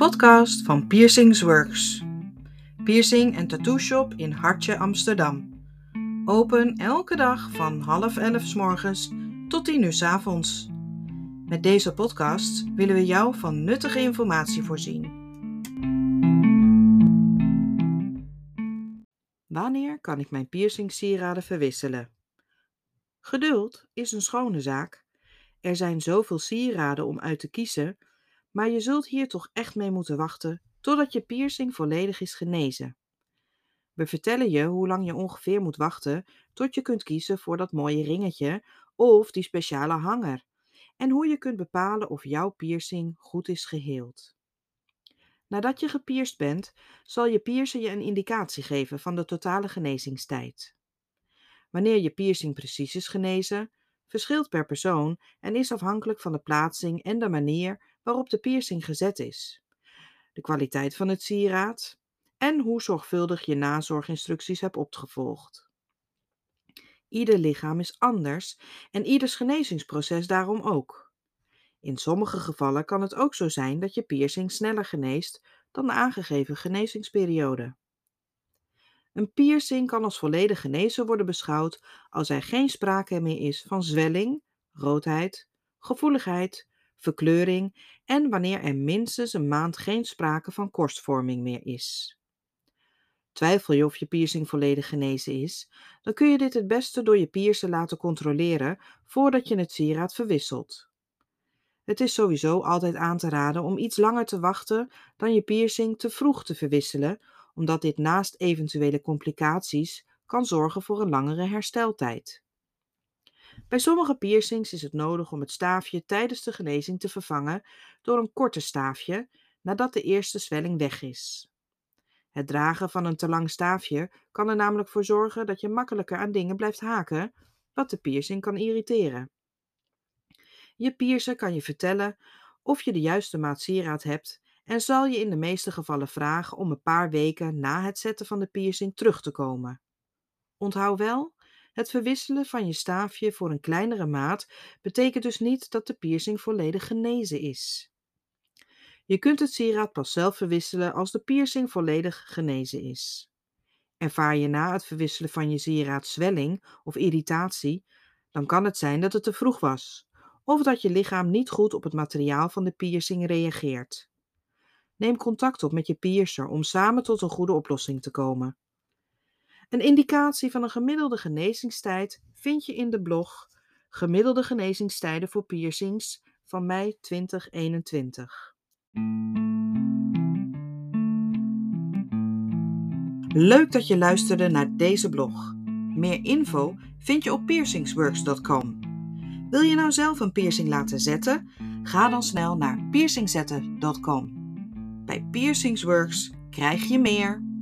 podcast van Piercings Works. Piercing en tattoo shop in Hartje, Amsterdam. Open elke dag van 10:30 's morgens tot 10 uur 's avonds. Met deze podcast willen we jou van nuttige informatie voorzien. Wanneer kan ik mijn piercing-sieraden verwisselen? Geduld is een schone zaak. Er zijn zoveel sieraden om uit te kiezen, maar je zult hier toch echt mee moeten wachten totdat je piercing volledig is genezen. We vertellen je hoe lang je ongeveer moet wachten tot je kunt kiezen voor dat mooie ringetje of die speciale hanger en hoe je kunt bepalen of jouw piercing goed is geheeld. Nadat je gepierst bent, zal je piercer je een indicatie geven van de totale genezingstijd. Wanneer je piercing precies is genezen, verschilt per persoon en is afhankelijk van de plaatsing en de manier waarop de piercing gezet is, de kwaliteit van het sieraad en hoe zorgvuldig je nazorginstructies hebt opgevolgd. Ieder lichaam is anders en ieders genezingsproces daarom ook. In sommige gevallen kan het ook zo zijn dat je piercing sneller geneest dan de aangegeven genezingsperiode. Een piercing kan als volledig genezen worden beschouwd als er geen sprake meer is van zwelling, roodheid, gevoeligheid, verkleuring en wanneer er minstens een maand geen sprake van korstvorming meer is. Twijfel je of je piercing volledig genezen is, dan kun je dit het beste door je piercer laten controleren voordat je het sieraad verwisselt. Het is sowieso altijd aan te raden om iets langer te wachten dan je piercing te vroeg te verwisselen, omdat dit naast eventuele complicaties kan zorgen voor een langere hersteltijd. Bij sommige piercings is het nodig om het staafje tijdens de genezing te vervangen door een korter staafje nadat de eerste zwelling weg is. Het dragen van een te lang staafje kan er namelijk voor zorgen dat je makkelijker aan dingen blijft haken, wat de piercing kan irriteren. Je piercer kan je vertellen of je de juiste maat sieraad hebt en zal je in de meeste gevallen vragen om een paar weken na het zetten van de piercing terug te komen. Onthoud wel, het verwisselen van je staafje voor een kleinere maat betekent dus niet dat de piercing volledig genezen is. Je kunt het sieraad pas zelf verwisselen als de piercing volledig genezen is. Ervaar je na het verwisselen van je sieraad zwelling of irritatie, dan kan het zijn dat het te vroeg was, of dat je lichaam niet goed op het materiaal van de piercing reageert. Neem contact op met je piercer om samen tot een goede oplossing te komen. Een indicatie van een gemiddelde genezingstijd vind je in de blog Gemiddelde genezingstijden voor piercings van mei 2021. Leuk dat je luisterde naar deze blog. Meer info vind je op piercingsworks.com. Wil je nou zelf een piercing laten zetten? Ga dan snel naar piercingzetten.com. Bij Piercingsworks krijg je meer.